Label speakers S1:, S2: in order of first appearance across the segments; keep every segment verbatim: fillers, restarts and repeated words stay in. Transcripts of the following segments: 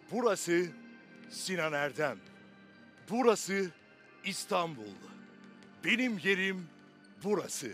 S1: Burası Sinan Erdem. Burası İstanbul. Benim yerim burası.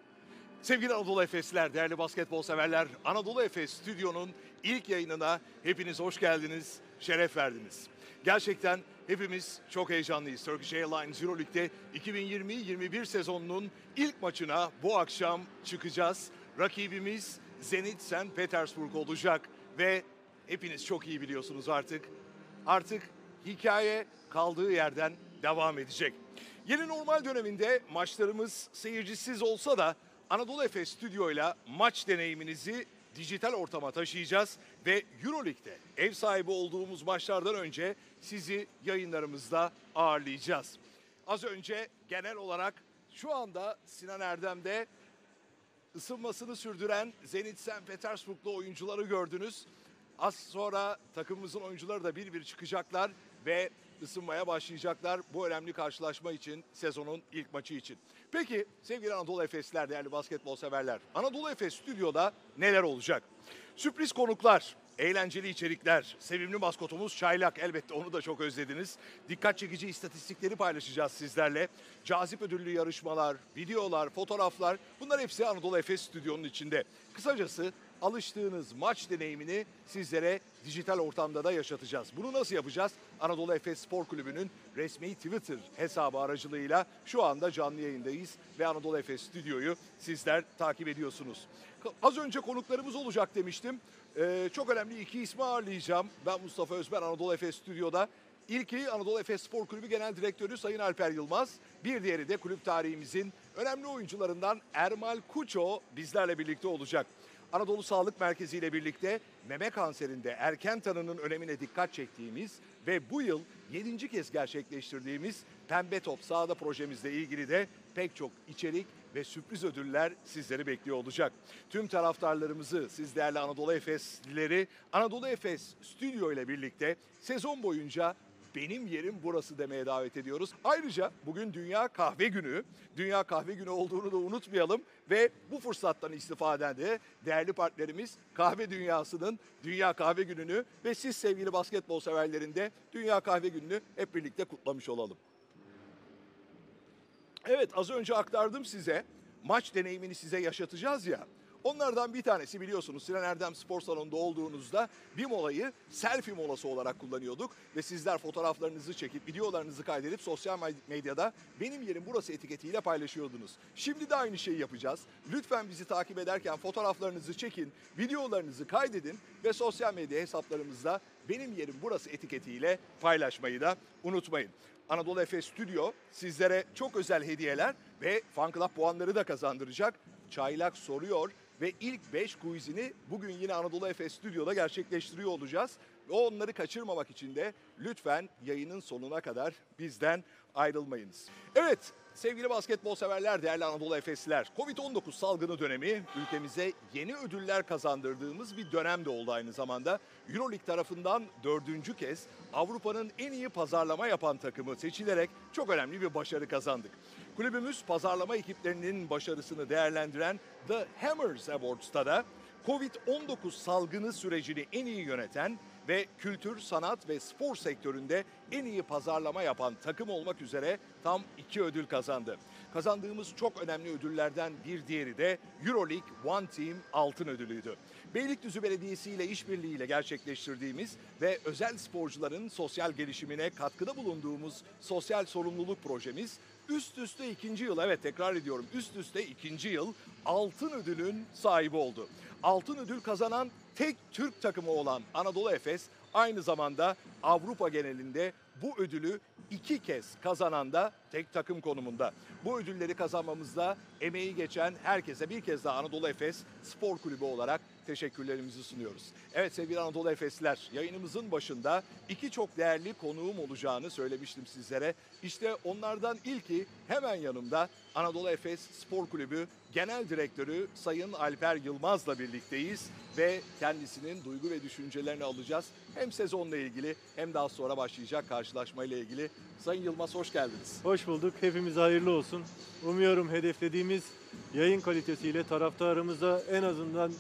S1: Sevgili Anadolu Efesliler, değerli basketbol severler, Anadolu Efes Stüdyo'nun ilk yayınına hepiniz hoş geldiniz, şeref verdiniz. Gerçekten hepimiz çok heyecanlıyız. Turkish Airlines Euroleague'de iki bin yirmi yirmi bir sezonunun ilk maçına bu akşam çıkacağız. Rakibimiz Zenit Saint Petersburg olacak ve hepiniz çok iyi biliyorsunuz artık. Artık hikaye kaldığı yerden devam edecek. Yeni normal döneminde maçlarımız seyircisiz olsa da Anadolu Efes Stüdyo'yla maç deneyiminizi dijital ortama taşıyacağız ve Euroleague'de ev sahibi olduğumuz maçlardan önce sizi yayınlarımızda ağırlayacağız. Az önce genel olarak şu anda Sinan Erdem'de ısınmasını sürdüren Zenit Saint Petersburg'lu oyuncuları gördünüz. Az sonra takımımızın oyuncuları da bir bir çıkacaklar ve ısınmaya başlayacaklar bu önemli karşılaşma için, sezonun ilk maçı için. Peki sevgili Anadolu Efesliler, değerli basketbol severler, Anadolu Efes Stüdyo'da neler olacak? Sürpriz konuklar, eğlenceli içerikler, sevimli maskotumuz Çaylak, elbette onu da çok özlediniz. Dikkat çekici istatistikleri paylaşacağız sizlerle. Cazip ödüllü yarışmalar, videolar, fotoğraflar, bunlar hepsi Anadolu Efes Stüdyo'nun içinde. Kısacası alıştığınız maç deneyimini sizlere dijital ortamda da yaşatacağız. Bunu nasıl yapacağız? Anadolu Efes Spor Kulübü'nün resmi Twitter hesabı aracılığıyla şu anda canlı yayındayız ve Anadolu Efes Stüdyo'yu sizler takip ediyorsunuz. Az önce konuklarımız olacak demiştim. Ee, çok önemli iki ismi ağırlayacağım. Ben Mustafa Özber, Anadolu Efes Stüdyo'da. İlki Anadolu Efes Spor Kulübü Genel Direktörü Sayın Alper Yılmaz. Bir diğeri de kulüp tarihimizin önemli oyuncularından Ermal Kuço bizlerle birlikte olacak. Anadolu Sağlık Merkezi ile birlikte meme kanserinde erken tanının önemine dikkat çektiğimiz ve bu yıl yedinci kez gerçekleştirdiğimiz Pembe Top Sahada projemizle ilgili de pek çok içerik ve sürpriz ödüller sizleri bekliyor olacak. Tüm taraftarlarımızı, siz değerli Anadolu Efeslileri, Anadolu Efes Stüdyo ile birlikte sezon boyunca benim yerim burası demeye davet ediyoruz. Ayrıca bugün Dünya Kahve Günü. Dünya Kahve Günü olduğunu da unutmayalım ve bu fırsattan istifaden de değerli partnerimiz kahve dünyasının Dünya Kahve Günü'nü ve siz sevgili basketbol severlerin de Dünya Kahve Günü'nü hep birlikte kutlamış olalım. Evet, az önce aktardım size, maç deneyimini size yaşatacağız ya. Onlardan bir tanesi, biliyorsunuz Sinan Erdem Spor Salonu'nda olduğunuzda bir molayı selfie molası olarak kullanıyorduk. Ve sizler fotoğraflarınızı çekip videolarınızı kaydedip sosyal medyada benim yerim burası etiketiyle paylaşıyordunuz. Şimdi de aynı şeyi yapacağız. Lütfen bizi takip ederken fotoğraflarınızı çekin, videolarınızı kaydedin ve sosyal medya hesaplarımızda benim yerim burası etiketiyle paylaşmayı da unutmayın. Anadolu Efes Stüdyo sizlere çok özel hediyeler ve Fan Club puanları da kazandıracak. Çaylak soruyor ve ilk beş quizini bugün yine Anadolu Efes Stüdyo'da gerçekleştiriyor olacağız. Ve onları kaçırmamak için de lütfen yayının sonuna kadar bizden ayrılmayınız. Evet, sevgili basketbol severler, değerli Anadolu Efesliler, kovid on dokuz salgını dönemi ülkemize yeni ödüller kazandırdığımız bir dönem de oldu aynı zamanda. Euroleague tarafından dördüncü kez Avrupa'nın en iyi pazarlama yapan takımı seçilerek çok önemli bir başarı kazandık. Kulübümüz pazarlama ekiplerinin başarısını değerlendiren The Hammers Awards'ta da kovid on dokuz salgını sürecini en iyi yöneten ve kültür, sanat ve spor sektöründe en iyi pazarlama yapan takım olmak üzere tam iki ödül kazandı. Kazandığımız çok önemli ödüllerden bir diğeri de Euroleague One Team altın ödülüydü. Beylikdüzü Belediyesi ile işbirliğiyle gerçekleştirdiğimiz ve özel sporcuların sosyal gelişimine katkıda bulunduğumuz sosyal sorumluluk projemiz üst üste ikinci yıl, evet tekrar ediyorum, üst üste ikinci yıl altın ödülün sahibi oldu. Altın ödül kazanan tek Türk takımı olan Anadolu Efes aynı zamanda Avrupa genelinde bu ödülü iki kez kazanan da tek takım konumunda. Bu ödülleri kazanmamızda emeği geçen herkese bir kez daha Anadolu Efes Spor Kulübü olarak teşekkürlerimizi sunuyoruz. Evet sevgili Anadolu Efesliler, yayınımızın başında iki çok değerli konuğum olacağını söylemiştim sizlere. İşte onlardan ilki hemen yanımda Anadolu Efes Spor Kulübü Genel Direktörü Sayın Alper Yılmaz'la birlikteyiz ve kendisinin duygu ve düşüncelerini alacağız. Hem sezonla ilgili hem daha sonra başlayacak karşılaşmayla ilgili. Sayın Yılmaz, hoş geldiniz.
S2: Hoş bulduk. Hepimize hayırlı olsun. Umuyorum hedeflediğimiz yayın kalitesiyle taraftarımıza en azından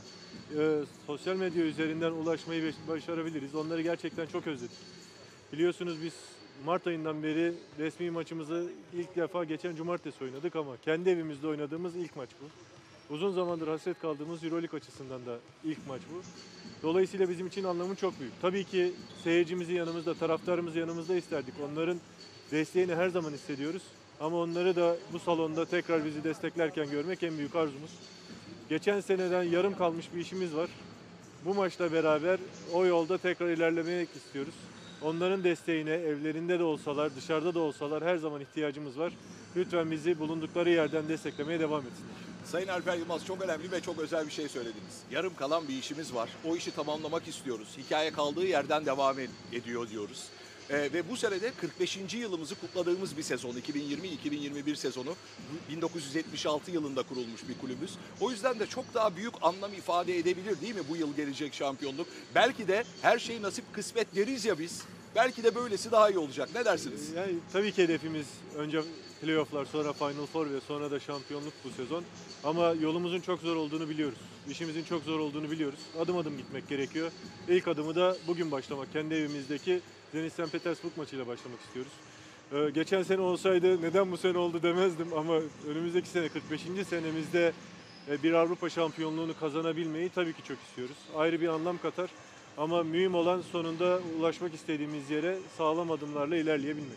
S2: e, sosyal medya üzerinden ulaşmayı başarabiliriz. Onları gerçekten çok özledik. Biliyorsunuz biz Mart ayından beri resmi maçımızı ilk defa geçen cumartesi oynadık ama kendi evimizde oynadığımız ilk maç bu. Uzun zamandır hasret kaldığımız Euroleague açısından da ilk maç bu. Dolayısıyla bizim için anlamı çok büyük. Tabii ki seyircimizi yanımızda, taraftarımızı yanımızda isterdik. Onların desteğini her zaman hissediyoruz. Ama onları da bu salonda tekrar bizi desteklerken görmek en büyük arzumuz. Geçen seneden yarım kalmış bir işimiz var. Bu maçla beraber o yolda tekrar ilerlemek istiyoruz. Onların desteğine evlerinde de olsalar, dışarıda da olsalar her zaman ihtiyacımız var. Lütfen bizi bulundukları yerden desteklemeye devam etsinler.
S1: Sayın Alper Yılmaz, çok önemli ve çok özel bir şey söylediniz. Yarım kalan bir işimiz var. O işi tamamlamak istiyoruz. Hikaye kaldığı yerden devam ediyor diyoruz. Ee, ve bu senede kırk beşinci yılımızı kutladığımız bir sezon. iki bin yirmi iki bin yirmi bir sezonu. bin dokuz yüz yetmiş altı yılında kurulmuş bir kulübüz. O yüzden de çok daha büyük anlam ifade edebilir değil mi bu yıl gelecek şampiyonluk? Belki de her şey nasip kısmet deriz ya biz. Belki de böylesi daha iyi olacak. Ne dersiniz?
S2: Yani tabii ki hedefimiz önce playofflar, sonra Final Four ve sonra da şampiyonluk bu sezon. Ama yolumuzun çok zor olduğunu biliyoruz. İşimizin çok zor olduğunu biliyoruz. Adım adım gitmek gerekiyor. İlk adımı da bugün başlamak. Kendi evimizdeki Zenit Sankt Petersburg maçıyla başlamak istiyoruz. Ee, geçen sene olsaydı neden bu sene oldu demezdim ama önümüzdeki sene kırk beşinci senemizde bir Avrupa şampiyonluğunu kazanabilmeyi tabii ki çok istiyoruz. Ayrı bir anlam katar. Ama mühim olan sonunda ulaşmak istediğimiz yere sağlam adımlarla ilerleyebilmek.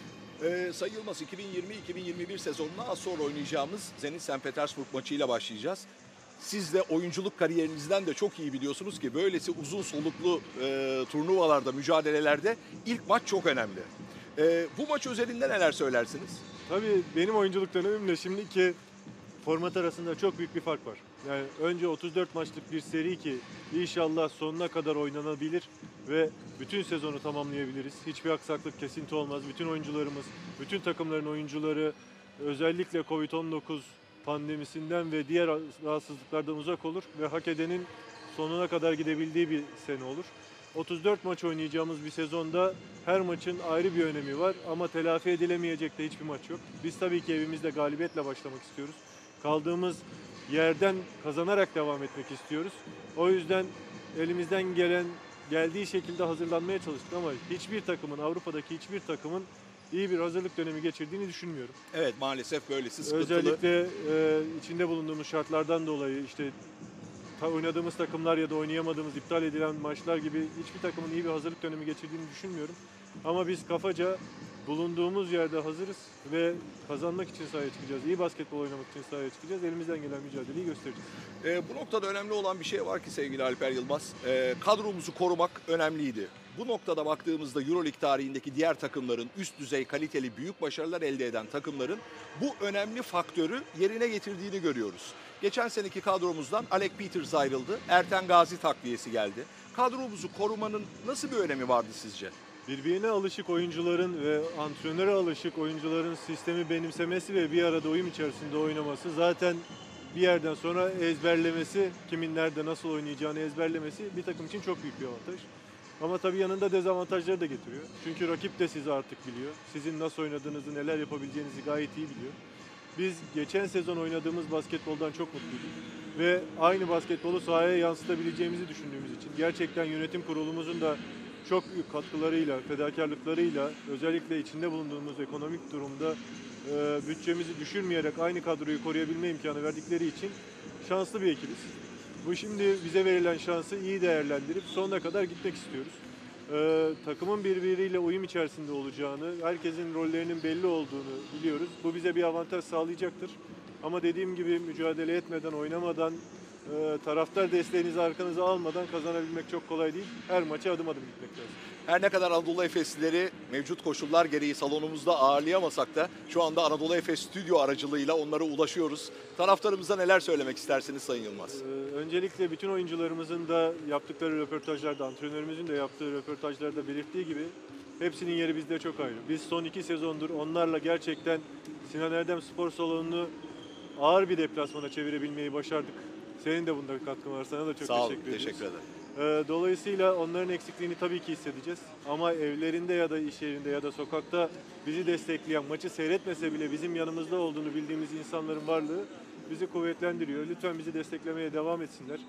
S1: Ee, Sayın Yılmaz, iki bin yirmi iki bin yirmi bir sezonuna az sonra oynayacağımız Zenit Sankt Petersburg maçıyla başlayacağız. Siz de oyunculuk kariyerinizden de çok iyi biliyorsunuz ki böylesi uzun soluklu e, turnuvalarda, mücadelelerde ilk maç çok önemli. E, bu maç özelinde neler söylersiniz?
S2: Tabii benim oyunculuk dönemimle şimdiki format arasında çok büyük bir fark var. Yani önce otuz dört maçlık bir seri ki inşallah sonuna kadar oynanabilir ve bütün sezonu tamamlayabiliriz. Hiçbir aksaklık, kesinti olmaz. Bütün oyuncularımız, bütün takımların oyuncuları özellikle kovid on dokuz pandemisinden ve diğer rahatsızlıklardan uzak olur ve hak edenin sonuna kadar gidebildiği bir sene olur. otuz dört maç oynayacağımız bir sezonda her maçın ayrı bir önemi var ama telafi edilemeyecek de hiçbir maç yok. Biz tabii ki evimizde galibiyetle başlamak istiyoruz. Kaldığımız yerden kazanarak devam etmek istiyoruz. O yüzden elimizden gelen geldiği şekilde hazırlanmaya çalıştık ama hiçbir takımın, Avrupa'daki hiçbir takımın iyi bir hazırlık dönemi geçirdiğini düşünmüyorum.
S1: Evet, maalesef böylesi sıkıntılı.
S2: Özellikle e, içinde bulunduğumuz şartlardan dolayı işte ta, oynadığımız takımlar ya da oynayamadığımız, iptal edilen maçlar gibi hiçbir takımın iyi bir hazırlık dönemi geçirdiğini düşünmüyorum. Ama biz kafaca bulunduğumuz yerde hazırız ve kazanmak için sahaya çıkacağız. İyi basketbol oynamak için sahaya çıkacağız. Elimizden gelen mücadeleyi göstereceğiz.
S1: E, bu noktada önemli olan bir şey var ki sevgili Alper Yılmaz. E, kadromuzu korumak önemliydi. Bu noktada baktığımızda Euroleague tarihindeki diğer takımların, üst düzey kaliteli büyük başarılar elde eden takımların bu önemli faktörü yerine getirdiğini görüyoruz. Geçen seneki kadromuzdan Alec Peters ayrıldı. Erten Gazi takviyesi geldi. Kadromuzu korumanın nasıl bir önemi vardı sizce?
S2: Birbirine alışık oyuncuların ve antrenöre alışık oyuncuların sistemi benimsemesi ve bir arada uyum içerisinde oynaması zaten bir yerden sonra ezberlemesi, kimin nerede nasıl oynayacağını ezberlemesi bir takım için çok büyük bir avantaj. Ama tabii yanında dezavantajları da getiriyor. Çünkü rakip de sizi artık biliyor. Sizin nasıl oynadığınızı, neler yapabileceğinizi gayet iyi biliyor. Biz geçen sezon oynadığımız basketboldan çok mutluyduk. Ve aynı basketbolu sahaya yansıtabileceğimizi düşündüğümüz için gerçekten yönetim kurulumuzun da çok büyük katkılarıyla, fedakarlıklarıyla özellikle içinde bulunduğumuz ekonomik durumda e, bütçemizi düşürmeyerek aynı kadroyu koruyabilme imkanı verdikleri için şanslı bir ekibiz. Bu şimdi bize verilen şansı iyi değerlendirip sonuna kadar gitmek istiyoruz. Ee, takımın birbiriyle uyum içerisinde olacağını, herkesin rollerinin belli olduğunu biliyoruz. Bu bize bir avantaj sağlayacaktır. Ama dediğim gibi mücadele etmeden, oynamadan, e, taraftar desteğinizi arkanıza almadan kazanabilmek çok kolay değil. Her maça adım adım gitmek lazım.
S1: Her ne kadar Anadolu Efeslileri mevcut koşullar gereği salonumuzda ağırlayamasak da şu anda Anadolu Efes stüdyo aracılığıyla onlara ulaşıyoruz. Taraftarımıza neler söylemek istersiniz Sayın Yılmaz?
S2: Ee, öncelikle bütün oyuncularımızın da yaptıkları röportajlarda, antrenörümüzün de yaptığı röportajlarda belirttiği gibi hepsinin yeri bizde çok ayrı. Biz son iki sezondur onlarla gerçekten Sinan Erdem Spor Salonu'nu ağır bir deplasmana çevirebilmeyi başardık. Senin de bunda bir katkın var. Sana da çok
S1: Sağ olun,
S2: teşekkür ediyoruz.
S1: teşekkür ederim.
S2: Dolayısıyla onların eksikliğini tabii ki hissedeceğiz. Ama evlerinde ya da iş yerinde ya da sokakta bizi destekleyen, maçı seyretmese bile bizim yanımızda olduğunu bildiğimiz insanların varlığı bizi kuvvetlendiriyor. Lütfen bizi desteklemeye devam etsinler.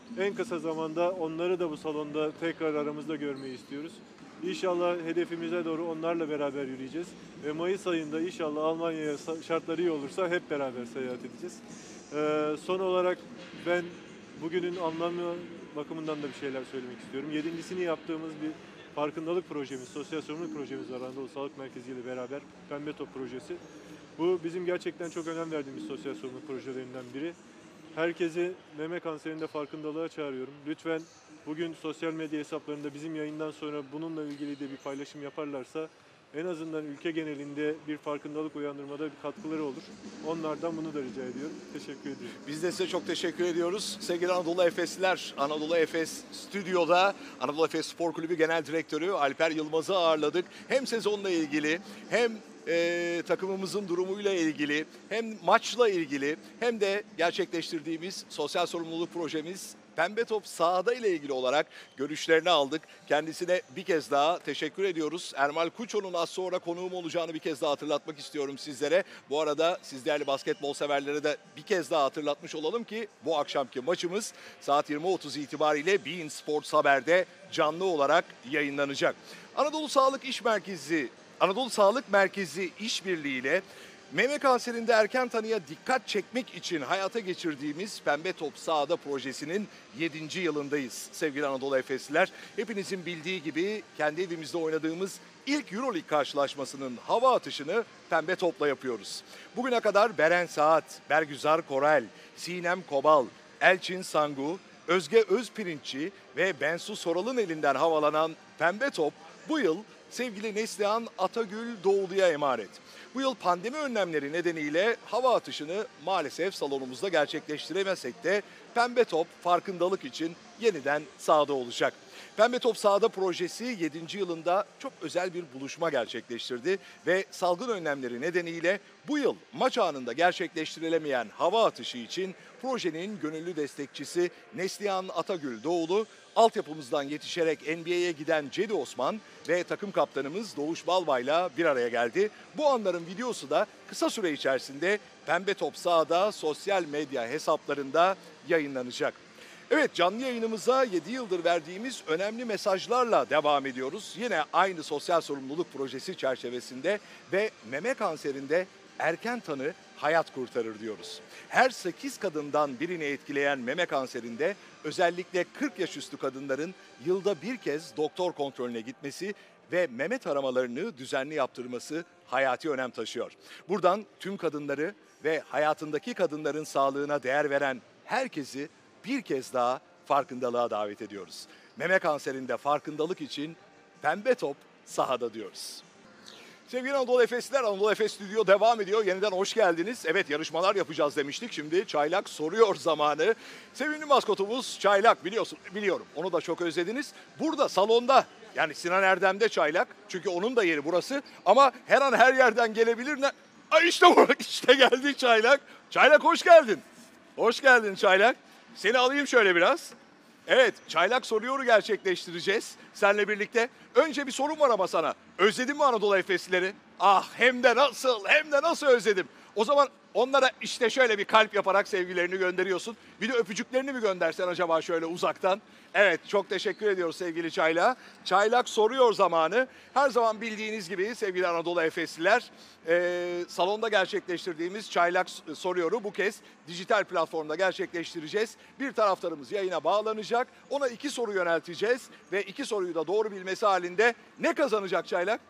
S2: En kısa zamanda onları da bu salonda tekrar aramızda görmeyi istiyoruz. İnşallah hedefimize doğru onlarla beraber yürüyeceğiz. Ve Mayıs ayında inşallah Almanya'ya şartları iyi olursa hep beraber seyahat edeceğiz. Ee, son olarak ben bugünün anlamı bakımından da bir şeyler söylemek istiyorum. Yedincisini yaptığımız bir farkındalık projemiz, sosyal sorumluluk projemiz var Anadolu Sağlık Merkezi ile beraber, Pembe Top projesi. Bu bizim gerçekten çok önem verdiğimiz sosyal sorumluluk projelerinden biri. Herkesi meme kanserinde farkındalığa çağırıyorum. Lütfen bugün sosyal medya hesaplarında bizim yayından sonra bununla ilgili de bir paylaşım yaparlarsa en azından ülke genelinde bir farkındalık uyandırmada bir katkıları olur. Onlardan bunu da rica ediyorum. Teşekkür ediyorum.
S1: Biz de size çok teşekkür ediyoruz. Sevgili Anadolu Efesliler, Anadolu Efes Stüdyo'da Anadolu Efes Spor Kulübü Genel Direktörü Alper Yılmaz'ı ağırladık. Hem sezonla ilgili hem e, takımımızın durumuyla ilgili hem maçla ilgili hem de gerçekleştirdiğimiz sosyal sorumluluk projemiz Pembe Top sahada ile ilgili olarak görüşlerini aldık. Kendisine bir kez daha teşekkür ediyoruz. Ermal Kuço'nun az sonra konuğum olacağını bir kez daha hatırlatmak istiyorum sizlere. Bu arada siz değerli basketbol severlere de bir kez daha hatırlatmış olalım ki bu akşamki maçımız saat yirmi otuz itibariyle beIN Sports Haber'de canlı olarak yayınlanacak. Anadolu Sağlık İş Merkezi, Anadolu Sağlık Merkezi işbirliğiyle meme kanserinde erken tanıya dikkat çekmek için hayata geçirdiğimiz Pembe Top Sahada projesinin yedinci yılındayız sevgili Anadolu Efesliler. Hepinizin bildiği gibi kendi evimizde oynadığımız ilk Euroleague karşılaşmasının hava atışını Pembe Top'la yapıyoruz. Bugüne kadar Beren Saat, Bergüzar Korel, Sinem Kobal, Elçin Sangu, Özge Özpirinççi ve Bensu Soral'ın elinden havalanan Pembe Top bu yıl sevgili Neslihan Atagül Doğulu'ya emanet. Bu yıl pandemi önlemleri nedeniyle hava atışını maalesef salonumuzda gerçekleştiremesek de Pembe Top farkındalık için yeniden sahada olacak. Pembe Top Sahada projesi yedinci yılında çok özel bir buluşma gerçekleştirdi ve salgın önlemleri nedeniyle bu yıl maç anında gerçekleştirilemeyen hava atışı için projenin gönüllü destekçisi Neslihan Atagül Doğulu, altyapımızdan yetişerek N B A'ye giden Cedi Osman ve takım kaptanımız Doğuş Balbay'la bir araya geldi. Bu anların videosu da kısa süre içerisinde Pembe Top Sahada sosyal medya hesaplarında yayınlanacak. Evet, canlı yayınımıza yedi yıldır verdiğimiz önemli mesajlarla devam ediyoruz. Yine aynı sosyal sorumluluk projesi çerçevesinde ve meme kanserinde erken tanı hayat kurtarır diyoruz. Her sekiz kadından birini etkileyen meme kanserinde özellikle kırk yaş üstü kadınların yılda bir kez doktor kontrolüne gitmesi ve meme taramalarını düzenli yaptırması hayati önem taşıyor. Buradan tüm kadınları ve hayatındaki kadınların sağlığına değer veren herkesi bir kez daha farkındalığa davet ediyoruz. Meme kanserinde farkındalık için Pembe Top sahada diyoruz. Sevgili Anadolu Efesliler, Anadolu Efes Stüdyo devam ediyor. Yeniden hoş geldiniz. Evet, yarışmalar yapacağız demiştik. Şimdi Çaylak soruyor zamanı. Sevimli maskotumuz Çaylak, biliyorsun, biliyorum. Onu da çok özlediniz. Burada salonda, yani Sinan Erdem'de Çaylak. Çünkü onun da yeri burası. Ama her an her yerden gelebilir. Ne? Ay işte bu, işte geldi Çaylak. Çaylak hoş geldin. Hoş geldin Çaylak. Seni alayım şöyle biraz. Evet, Çaylak soruyoru gerçekleştireceğiz seninle birlikte. Önce bir sorum var ama sana. Özledin mi Anadolu Efeslileri? Ah, hem de nasıl, hem de nasıl özledim. O zaman onlara işte şöyle bir kalp yaparak sevgilerini gönderiyorsun. Bir de öpücüklerini mi göndersen acaba şöyle uzaktan? Evet, çok teşekkür ediyoruz sevgili Çaylak. Çaylak soruyor zamanı. Her zaman bildiğiniz gibi sevgili Anadolu Efesliler, e, salonda gerçekleştirdiğimiz Çaylak soruyoru bu kez dijital platformda gerçekleştireceğiz. Bir taraftarımız yayına bağlanacak. Ona iki soru yönelteceğiz ve iki soruyu da doğru bilmesi halinde ne kazanacak Çaylak?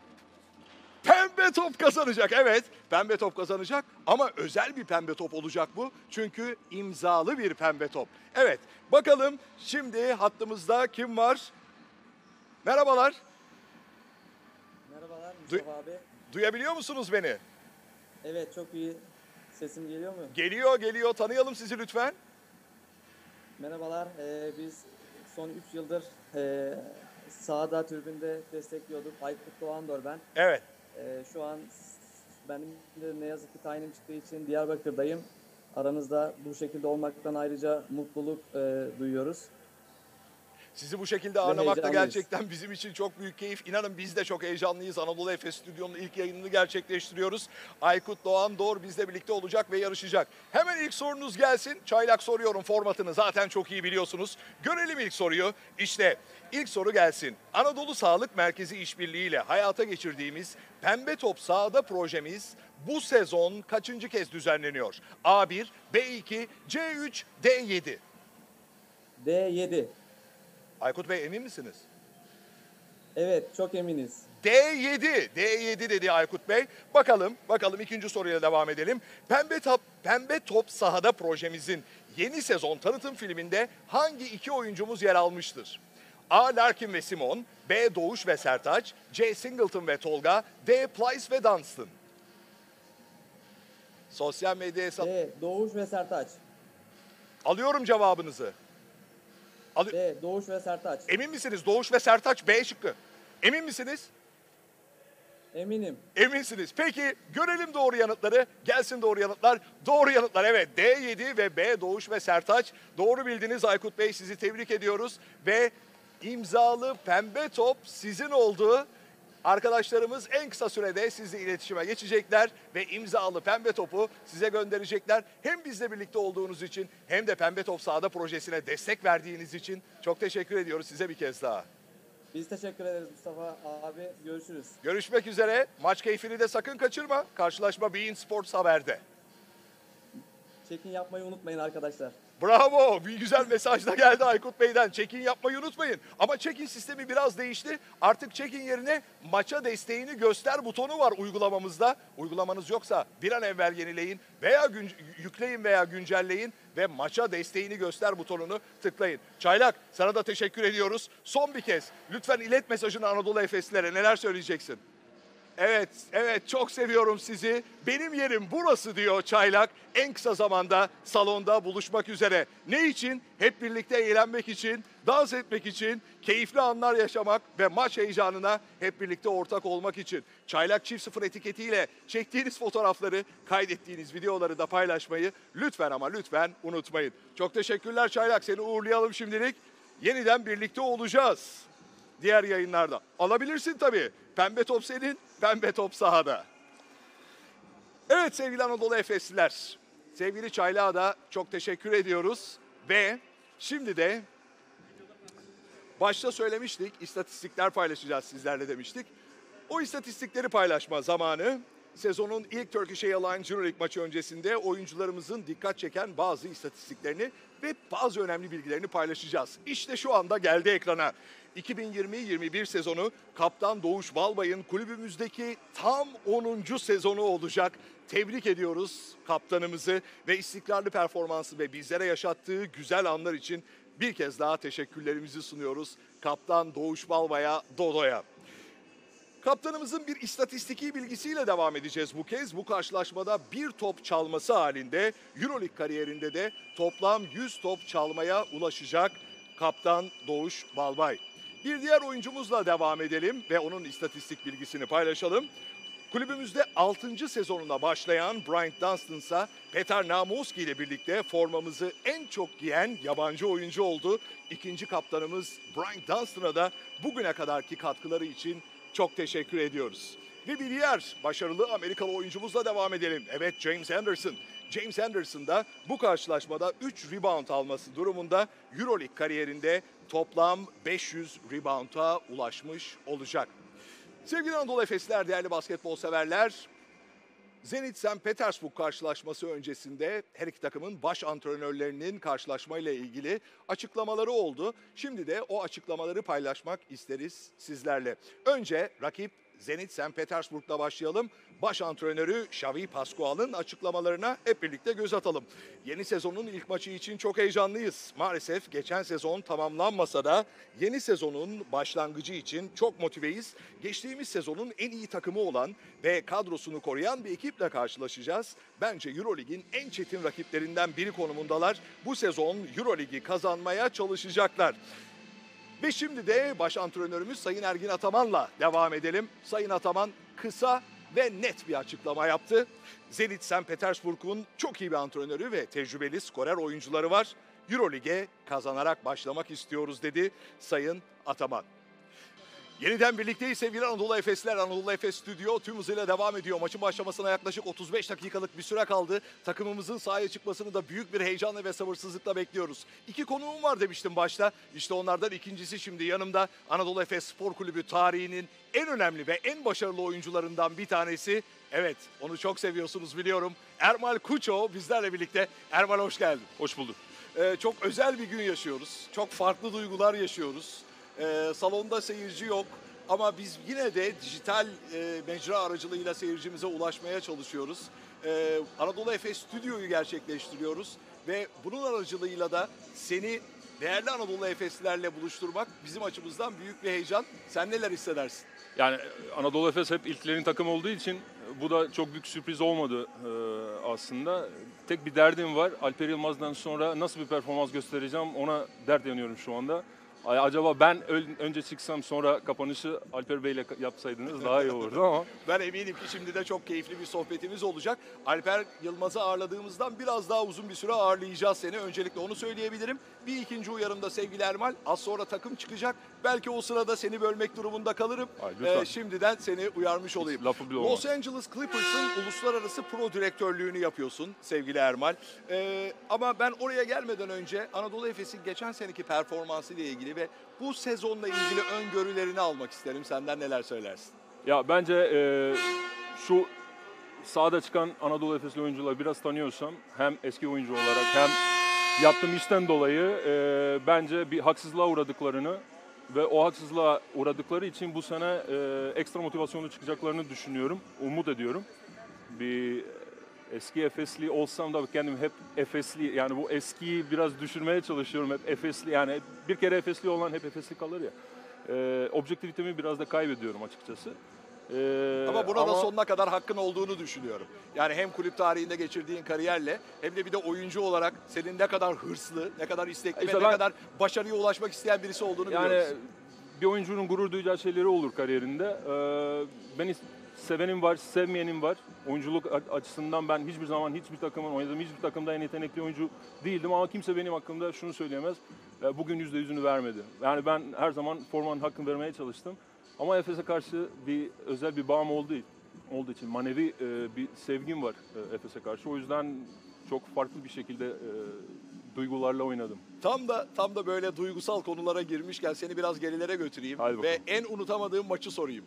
S1: Pembe Top kazanacak. Evet, Pembe Top kazanacak ama özel bir Pembe Top olacak bu. Çünkü imzalı bir Pembe Top. Evet, bakalım şimdi hattımızda kim var? Merhabalar.
S3: Merhabalar Mustafa
S1: Du-
S3: abi.
S1: Duyabiliyor musunuz beni?
S3: Evet, çok iyi. Sesim geliyor mu?
S1: Geliyor, geliyor. Tanıyalım sizi lütfen.
S3: Merhabalar. Ee, biz son üç yıldır e, sahada tribünde destekliyorduk. Aykut Doğandor ben.
S1: Evet.
S3: Ee, şu an benim de ne yazık ki tayinim çıktığı için Diyarbakır'dayım. Aranızda bu şekilde olmaktan ayrıca mutluluk e, duyuyoruz.
S1: Sizi bu şekilde ağırlamak da
S3: heyecanlıyız.
S1: gerçekten bizim için çok büyük keyif. İnanın biz de çok heyecanlıyız. Anadolu Efes Stüdyo'nun ilk yayınını gerçekleştiriyoruz. Aykut Doğan Doğru bizle birlikte olacak ve yarışacak. Hemen ilk sorunuz gelsin. Çaylak soruyorum formatını zaten çok iyi biliyorsunuz. Görelim ilk soruyu. İşte ilk soru gelsin. Anadolu Sağlık Merkezi işbirliğiyle hayata geçirdiğimiz Pembe Top Sahada projemiz bu sezon kaçıncı kez düzenleniyor? A bir, B iki, C üç, D yedi.
S3: D yedi.
S1: Aykut Bey emin misiniz?
S3: Evet, çok eminiz.
S1: D yedi. D yedi dedi Aykut Bey. Bakalım, bakalım ikinci soruyla devam edelim. Pembe Top, Pembe Top Sahada projemizin yeni sezon tanıtım filminde hangi iki oyuncumuz yer almıştır? A. Larkin ve Simon, B. Doğuş ve Sertaç, C. Singleton ve Tolga, D. Plyce ve Dunstan. Sosyal medya hesap...
S3: D. Doğuş ve Sertaç.
S1: Alıyorum cevabınızı. Alı-
S3: D. Doğuş ve Sertaç.
S1: Emin misiniz? Doğuş ve Sertaç B şıkkı. Emin misiniz?
S3: Eminim.
S1: Eminsiniz. Peki görelim doğru yanıtları. Gelsin doğru yanıtlar. Doğru yanıtlar evet. D yedi ve B Doğuş ve Sertaç. Doğru bildiniz Aykut Bey. Sizi tebrik ediyoruz. Ve imzalı pembe top sizin oldu. Arkadaşlarımız en kısa sürede sizle iletişime geçecekler ve imzalı pembe topu size gönderecekler. Hem bizle birlikte olduğunuz için hem de Pembe Top Sahada projesine destek verdiğiniz için çok teşekkür ediyoruz size bir kez daha.
S3: Biz teşekkür ederiz Mustafa abi. Görüşürüz.
S1: Görüşmek üzere. Maç keyfini de sakın kaçırma. Karşılaşma Bein Sports Haber'de.
S3: Check-in yapmayı unutmayın arkadaşlar.
S1: Bravo. Bir güzel mesaj da geldi Aykut Bey'den. Check-in yapmayı unutmayın. Ama check-in sistemi biraz değişti. Artık check-in yerine maça desteğini göster butonu var uygulamamızda. Uygulamanız yoksa bir an evvel yenileyin veya gün, yükleyin veya güncelleyin ve maça desteğini göster butonunu tıklayın. Çaylak sana da teşekkür ediyoruz. Son bir kez lütfen ilet mesajını Anadolu Efeslilere. Neler söyleyeceksin? Evet, evet çok seviyorum sizi. Benim yerim burası diyor Çaylak. En kısa zamanda salonda buluşmak üzere. Ne için? Hep birlikte eğlenmek için, dans etmek için, keyifli anlar yaşamak ve maç heyecanına hep birlikte ortak olmak için. Çaylak Çift Sıfır etiketiyle çektiğiniz fotoğrafları, kaydettiğiniz videoları da paylaşmayı lütfen ama lütfen unutmayın. Çok teşekkürler Çaylak. Seni uğurlayalım şimdilik. Yeniden birlikte olacağız. Diğer yayınlarda. Alabilirsin tabii. Pembe top senin, pembe top sahada. Evet sevgili Anadolu Efesliler, sevgili Çaylak'a da çok teşekkür ediyoruz. Ve şimdi de başta söylemiştik, istatistikler paylaşacağız sizlerle demiştik. O istatistikleri paylaşma zamanı. Sezonun ilk Turkish Airlines Euroleague maçı öncesinde oyuncularımızın dikkat çeken bazı istatistiklerini ve bazı önemli bilgilerini paylaşacağız. İşte şu anda geldi ekrana. iki bin yirmi yirmi bir sezonu Kaptan Doğuş Balbay'ın kulübümüzdeki tam onuncu sezonu olacak. Tebrik ediyoruz kaptanımızı ve istikrarlı performansı ve bizlere yaşattığı güzel anlar için bir kez daha teşekkürlerimizi sunuyoruz. Kaptan Doğuş Balbay'a, Dodo'ya. Kaptanımızın bir istatistiki bilgisiyle devam edeceğiz bu kez. Bu karşılaşmada bir top çalması halinde Euroleague kariyerinde de toplam yüz top çalmaya ulaşacak Kaptan Doğuş Balbay. Bir diğer oyuncumuzla devam edelim ve onun istatistik bilgisini paylaşalım. Kulübümüzde altıncı sezonuna başlayan Bryant Dunstan ise Petar Namovski ile birlikte formamızı en çok giyen yabancı oyuncu oldu. İkinci kaptanımız Bryant Dunstan'a da bugüne kadarki katkıları için çok teşekkür ediyoruz. Ve bir diğer başarılı Amerikalı oyuncumuzla devam edelim. Evet James Anderson. James Anderson da bu karşılaşmada üç rebound alması durumunda Euroleague kariyerinde toplam beş yüz rebound'a ulaşmış olacak. Sevgili Anadolu Efesliler, değerli basketbol severler, Zenit Sankt Petersburg karşılaşması öncesinde her iki takımın baş antrenörlerinin karşılaşmayla ilgili açıklamaları oldu. Şimdi de o açıklamaları paylaşmak isteriz sizlerle. Önce rakip Zenit Sankt Petersburg'la başlayalım. Baş antrenörü Xavi Pascual'ın açıklamalarına hep birlikte göz atalım. Yeni sezonun ilk maçı için çok heyecanlıyız. Maalesef geçen sezon tamamlanmasa da yeni sezonun başlangıcı için çok motiveyiz. Geçtiğimiz sezonun en iyi takımı olan ve kadrosunu koruyan bir ekiple karşılaşacağız. Bence Eurolig'in en çetin rakiplerinden biri konumundalar. Bu sezon Eurolig'i kazanmaya çalışacaklar. Ve şimdi de baş antrenörümüz Sayın Ergin Ataman'la devam edelim. Sayın Ataman kısa ve net bir açıklama yaptı. Zenit Sankt Petersburg'un çok iyi bir antrenörü ve tecrübeli skorer oyuncuları var. Eurolig'e kazanarak başlamak istiyoruz dedi Sayın Ataman. Yeniden birlikteyiz sevgili Anadolu Efesler. Anadolu Efes Stüdyo tüm hızıyla devam ediyor. Maçın başlamasına yaklaşık otuz beş dakikalık bir süre kaldı. Takımımızın sahaya çıkmasını da büyük bir heyecanla ve sabırsızlıkla bekliyoruz. İki konuğum var demiştim başta. İşte onlardan ikincisi şimdi yanımda. Anadolu Efes Spor Kulübü tarihinin en önemli ve en başarılı oyuncularından bir tanesi. Evet, onu çok seviyorsunuz biliyorum. Ermal Kuço bizlerle birlikte. Ermal hoş geldin.
S4: Hoş bulduk.
S1: Ee, çok özel bir gün yaşıyoruz. Çok farklı duygular yaşıyoruz. Ee, salonda seyirci yok ama biz yine de dijital e, mecra aracılığıyla seyircimize ulaşmaya çalışıyoruz. Ee, Anadolu Efes Stüdyo'yu gerçekleştiriyoruz ve bunun aracılığıyla da seni değerli Anadolu Efeslilerle buluşturmak bizim açımızdan büyük bir heyecan. Sen neler hissedersin?
S4: Yani Anadolu Efes hep ilklerin takımı olduğu için bu da çok büyük sürpriz olmadı e, aslında. Tek bir derdim var. Alper Yılmaz'dan sonra nasıl bir performans göstereceğim ona dert yanıyorum şu anda. Ay, acaba ben önce çıksam sonra kapanışı Alper Bey'le yapsaydınız daha iyi olurdu ama.
S1: Ben eminim ki şimdi de çok keyifli bir sohbetimiz olacak. Alper Yılmaz'ı ağırladığımızdan biraz daha uzun bir süre ağırlayacağız seni. Öncelikle onu söyleyebilirim. Bir ikinci uyarımda sevgili Ermal. Az sonra takım çıkacak. Belki o sırada seni bölmek durumunda kalırım.
S4: Ay, lütfen.
S1: Ee, şimdiden seni uyarmış olayım.
S4: Lafı bile olmaz.
S1: Los Angeles Clippers'ın uluslararası pro direktörlüğünü yapıyorsun sevgili Ermal. Ee, ama ben oraya gelmeden önce Anadolu Efes'in geçen seneki performansı ile ilgili ve bu sezonla ilgili öngörülerini almak isterim. Senden neler söylersin?
S4: Ya bence e, şu sahada çıkan Anadolu Efesli oyuncuları biraz tanıyorsam hem eski oyuncu olarak hem yaptığım işten dolayı e, bence bir haksızlığa uğradıklarını ve o haksızlığa uğradıkları için bu sene e, ekstra motivasyonlu çıkacaklarını düşünüyorum, umut ediyorum. Bir eski Efesli olsam da kendim hep Efesli, yani bu eskiyi biraz düşürmeye çalışıyorum, hep Efesli, yani bir kere Efesli olan hep Efesli kalır ya. E, objektivitemi biraz da kaybediyorum açıkçası. Ee,
S1: ama buna
S4: ama,
S1: da sonuna kadar hakkın olduğunu düşünüyorum. Yani hem kulüp tarihinde geçirdiğin kariyerle hem de bir de oyuncu olarak senin ne kadar hırslı, ne kadar istekli
S4: İşte
S1: ve
S4: ben,
S1: ne kadar başarıya ulaşmak isteyen birisi olduğunu
S4: yani,
S1: biliyoruz.
S4: Bir oyuncunun gurur duyacağı şeyleri olur kariyerinde. Ee, beni sevenim var, sevmeyenim var. Oyunculuk açısından ben hiçbir zaman hiçbir takımın oynadığım hiçbir takımda en yetenekli oyuncu değildim ama kimse benim hakkımda şunu söyleyemez. Bugün yüzde yüzünü vermedi. Yani ben her zaman formanın hakkını vermeye çalıştım. Ama Efes'e karşı bir özel bir bağım olduğu, olduğu için manevi e, bir sevgim var e, Efes'e karşı. O yüzden çok farklı bir şekilde e, duygularla oynadım.
S1: Tam da tam da böyle duygusal konulara girmişken seni biraz gerilere götüreyim ve en unutamadığım maçı sorayım.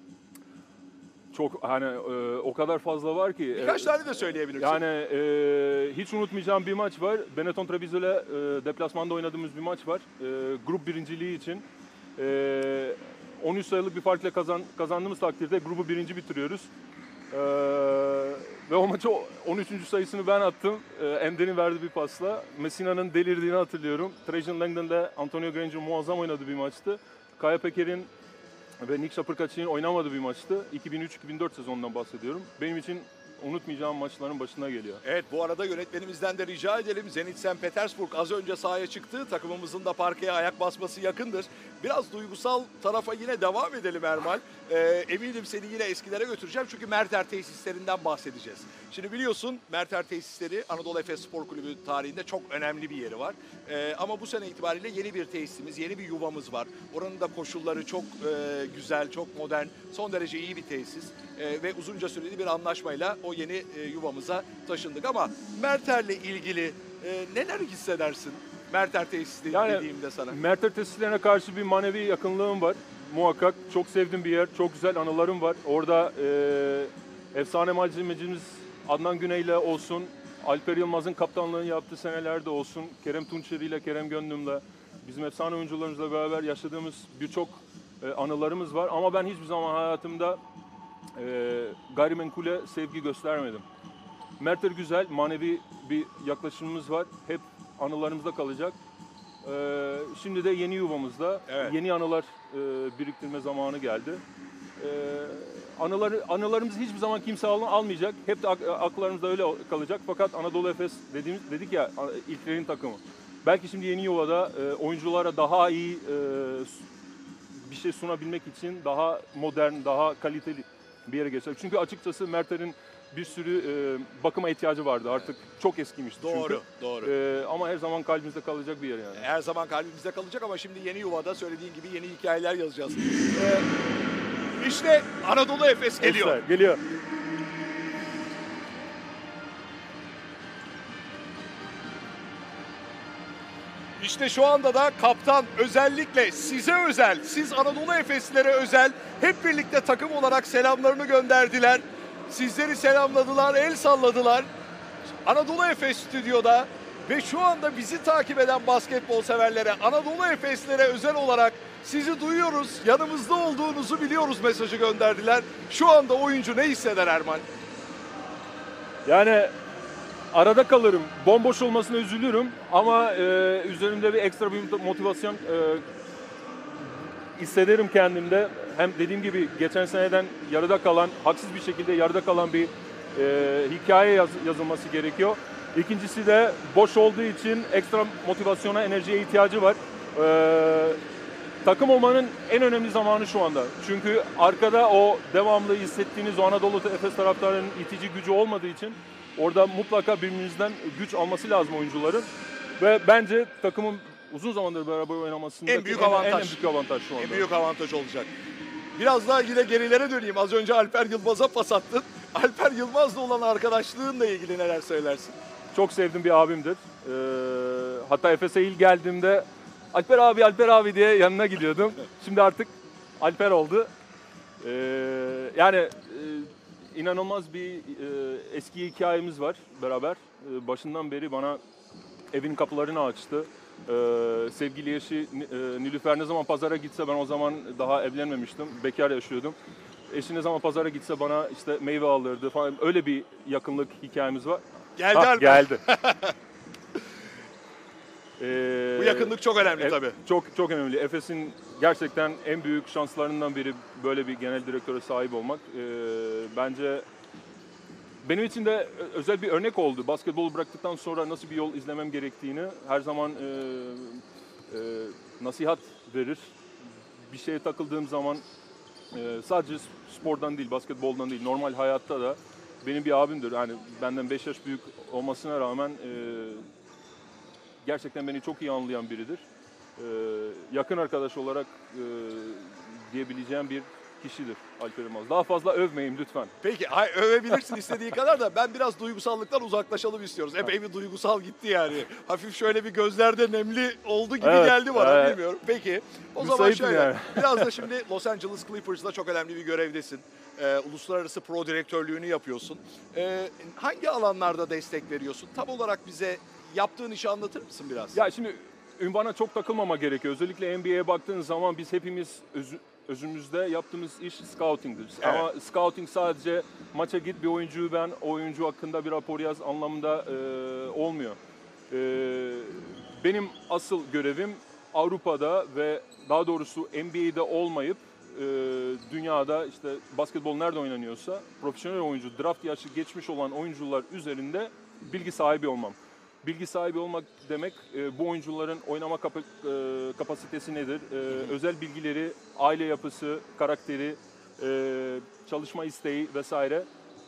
S4: Çok hani e, o kadar fazla var ki.
S1: Birkaç
S4: e,
S1: tane de söyleyebilirsin.
S4: Yani e, hiç unutmayacağım bir maç var. Benetton Treviso'yla e, deplasmanda oynadığımız bir maç var. E, grup birinciliği için. E, on üç sayılık bir farkla kazan, kazandığımız takdirde grubu birinci bitiriyoruz. Ee, ve o maçı on üçüncü sayısını ben attım. Ee, Ender'in verdiği bir pasla. Messina'nın delirdiğini hatırlıyorum. Trajan Langdon'da Antonio Granger muazzam oynadığı bir maçtı. Kaya Peker'in ve Nick Şapırkaçı'nın oynamadığı bir maçtı. iki bin üç iki bin dört sezonundan bahsediyorum. Benim için unutmayacağım maçların başına geliyor.
S1: Evet, bu arada yönetmenimizden de rica edelim. Zenit Sankt Petersburg az önce sahaya çıktı. Takımımızın da parkeye ayak basması yakındır. Biraz duygusal tarafa yine devam edelim Ermal. Ee, eminim seni yine eskilere götüreceğim çünkü Merter tesislerinden bahsedeceğiz. Şimdi biliyorsun Merter tesisleri Anadolu Efes Spor Kulübü tarihinde çok önemli bir yeri var. Ee, ama bu sene itibariyle yeni bir tesisimiz, yeni bir yuvamız var. Oranın da koşulları çok e, güzel, çok modern, son derece iyi bir tesis. E, ve uzunca süreli bir anlaşmayla o yeni e, yuvamıza taşındık. Ama Merter'le ilgili e, neler hissedersin? Merter tesisleri
S4: yani,
S1: dediğimde sana.
S4: Merter tesislerine karşı bir manevi yakınlığım var. Muhakkak çok sevdiğim bir yer, çok güzel anılarım var. Orada e, efsane malzemecimiz Adnan Güney'le olsun, Alper Yılmaz'ın kaptanlığını yaptığı senelerde olsun, Kerem Tunçeri ile Kerem Gönlüm'le, bizim efsane oyuncularımızla beraber yaşadığımız birçok e, anılarımız var. Ama ben hiçbir zaman hayatımda e, gayrimenkule sevgi göstermedim. Merter güzel, manevi bir yaklaşımımız var. Hep anılarımızda kalacak. Ee, şimdi de yeni yuvamızda
S1: Evet.
S4: yeni anılar e, biriktirme zamanı geldi. Ee, anıları, anılarımızı hiçbir zaman kimse al, almayacak. Hep de ak, akıllarımızda öyle kalacak. Fakat Anadolu Efes dediğimiz dedik ya ilklerin takımı. Belki şimdi yeni yuvada e, oyunculara daha iyi e, bir şey sunabilmek için daha modern, daha kaliteli bir yere geçecek. Çünkü açıkçası Merter'in bir sürü e, bakıma ihtiyacı vardı. Artık çok eskimişti
S1: Doğru,
S4: çünkü.
S1: doğru.
S4: E, ama her zaman kalbimizde kalacak bir yer yani.
S1: Her zaman kalbimizde kalacak ama şimdi yeni yuvada söylediğin gibi yeni hikayeler yazacağız. Ee, işte Anadolu Efes geliyor.
S4: Efsane, geliyor.
S1: İşte şu anda da kaptan özellikle size özel, siz Anadolu Efeslilere özel hep birlikte takım olarak selamlarını gönderdiler. Sizleri selamladılar, el salladılar. Anadolu Efes stüdyoda ve şu anda bizi takip eden basketbol severlere, Anadolu Efeslilere özel olarak sizi duyuyoruz, yanımızda olduğunuzu biliyoruz mesajı gönderdiler. Şu anda oyuncu ne hisseder Erman?
S4: Yani arada kalırım. Bomboş olmasına üzülürüm ama e, üzerimde bir ekstra bir motivasyon e, hissederim kendimde. Hem dediğim gibi geçen seneden yarıda kalan, haksız bir şekilde yarıda kalan bir e, hikaye yaz, yazılması gerekiyor. İkincisi de boş olduğu için ekstra motivasyona, enerjiye ihtiyacı var. E, takım olmanın en önemli zamanı şu anda. Çünkü arkada o devamlı hissettiğiniz o Anadolu Efes taraftarının itici gücü olmadığı için orada mutlaka birbirimizden güç alması lazım oyuncuların. Ve bence takımın uzun zamandır beraber oynamasında
S1: En büyük avantaj.
S4: En, en büyük avantaj şu anda.
S1: En büyük avantaj olacak. Biraz daha yine gerilere döneyim. Az önce Alper Yılmaz'a pas attın. Alper Yılmaz'la olan arkadaşlığınla ilgili neler söylersin?
S4: Çok sevdiğim bir abimdir. Ee, hatta Efes'e ilk geldiğimde Alper abi, Alper abi diye yanına gidiyordum. Şimdi artık Alper oldu. Ee, yani e, inanılmaz bir e, eski hikayemiz var beraber. E, başından beri bana evin kapılarını açtı. Ee, sevgili eşi e, Nilüfer ne zaman pazara gitse, ben o zaman daha evlenmemiştim, bekar yaşıyordum. Eşi ne zaman pazara gitse bana işte meyve alırdı falan, öyle bir yakınlık hikayemiz var.
S1: Geldi
S4: Ha,
S1: Alper.
S4: geldi. ee,
S1: Bu yakınlık çok önemli
S4: e,
S1: tabii.
S4: Çok çok önemli. Efes'in gerçekten en büyük şanslarından biri böyle bir genel direktöre sahip olmak. Ee, bence benim için de özel bir örnek oldu. Basketbolu bıraktıktan sonra nasıl bir yol izlemem gerektiğini her zaman e, e, nasihat verir. Bir şeye takıldığım zaman e, sadece spordan değil, basketboldan değil, normal hayatta da benim bir abimdir. Yani benden beş yaş büyük olmasına rağmen e, gerçekten beni çok iyi anlayan biridir. E, yakın arkadaş olarak e, diyebileceğim bir kişidir Alper Yılmaz. Daha fazla övmeyeyim lütfen.
S1: Peki, hay, övebilirsin istediği kadar da ben biraz duygusallıktan uzaklaşalım istiyoruz. Epey bir duygusal gitti yani. Hafif şöyle bir gözlerde nemli oldu gibi
S4: Evet,
S1: geldi bana,
S4: evet.
S1: bilmiyorum. Peki, o
S4: Müsaitim
S1: zaman şöyle.
S4: yani.
S1: Biraz da şimdi Los Angeles Clippers'da çok önemli bir görevdesin. Ee, uluslararası pro direktörlüğünü yapıyorsun. Ee, hangi alanlarda destek veriyorsun? Tam olarak bize yaptığın işi anlatır mısın biraz?
S4: Ya şimdi ünvana çok takılmama gerekiyor. Özellikle N B A'ye baktığın zaman biz hepimiz özü, özümüzde yaptığımız iş scouting'dir.
S1: Evet.
S4: Ama scouting sadece maça git bir oyuncuyu ben, o oyuncu hakkında bir rapor yaz anlamında e, olmuyor. E, benim asıl görevim Avrupa'da ve daha doğrusu N B A'de olmayıp e, dünyada işte basketbol nerede oynanıyorsa profesyonel oyuncu, draft yaşı geçmiş olan oyuncular üzerinde bilgi sahibi olmam. Bilgi sahibi olmak demek e, bu oyuncuların oynama kap- e, kapasitesi nedir, e, özel bilgileri, aile yapısı, karakteri, e, çalışma isteği vesaire.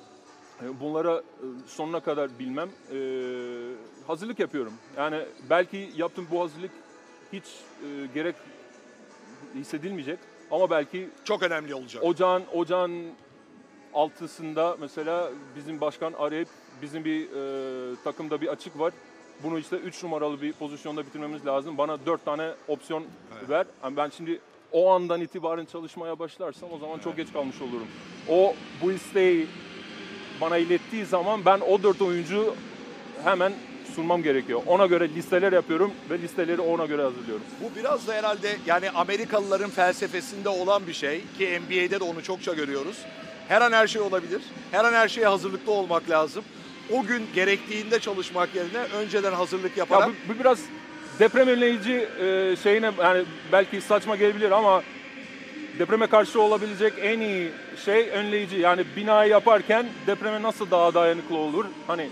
S4: E, bunlara e, sonuna kadar bilmem. E, hazırlık yapıyorum. Yani belki yaptığım bu hazırlık hiç e, gerek hissedilmeyecek ama belki
S1: Çok önemli olacak.
S4: ocağın ocağın altısında mesela bizim başkan arayıp bizim bir e, takımda bir açık var. Bunu işte üç numaralı bir pozisyonda bitirmemiz lazım. Bana dört tane opsiyon
S1: Evet.
S4: ver. Yani ben şimdi o andan itibaren çalışmaya başlarsam o zaman çok geç kalmış olurum. O bu isteği bana ilettiği zaman ben o dört oyuncu hemen sunmam gerekiyor. Ona göre listeler yapıyorum ve listeleri ona göre hazırlıyorum.
S1: Bu biraz da herhalde yani Amerikalıların felsefesinde olan bir şey ki N B A'de de onu çokça görüyoruz. Her an her şey olabilir. Her an her şeye hazırlıklı olmak lazım. O gün gerektiğinde çalışmak yerine önceden hazırlık yaparak...
S4: Ya bu, bu biraz deprem önleyici e, şeyine, yani belki saçma gelebilir ama depreme karşı olabilecek en iyi şey önleyici. Yani binayı yaparken depreme nasıl daha dayanıklı olur? Hani